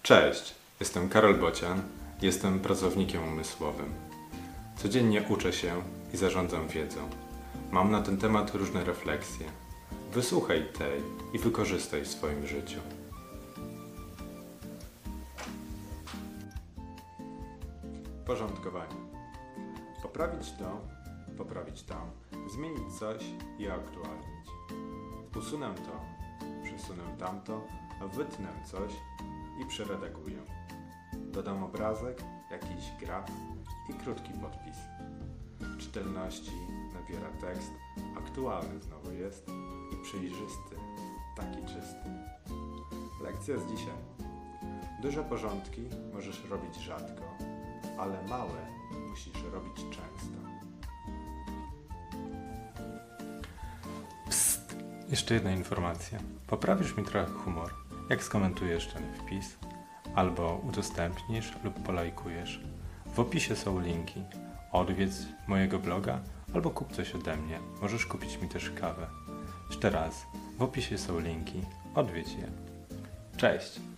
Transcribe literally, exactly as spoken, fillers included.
Cześć, jestem Karol Bocian, jestem pracownikiem umysłowym. Codziennie uczę się i zarządzam wiedzą. Mam na ten temat różne refleksje. Wysłuchaj tej i wykorzystaj w swoim życiu. Porządkowanie. Poprawić to, poprawić tam, zmienić coś i aktualnić. Usunę to, przesunę tamto, wytnę coś i przeredaguję. Dodam obrazek, jakiś graf i krótki podpis. Czytelności nabiera tekst, aktualny znowu jest i przejrzysty, taki czysty. Lekcja z dzisiaj. Duże porządki możesz robić rzadko, ale małe musisz robić często. Psst! Jeszcze jedna informacja. Poprawisz mi trochę humor, jak skomentujesz ten wpis, albo udostępnisz lub polajkujesz. W opisie są linki. Odwiedź mojego bloga albo kup coś ode mnie. Możesz kupić mi też kawę. Jeszcze raz, w opisie są linki. Odwiedź je. Cześć!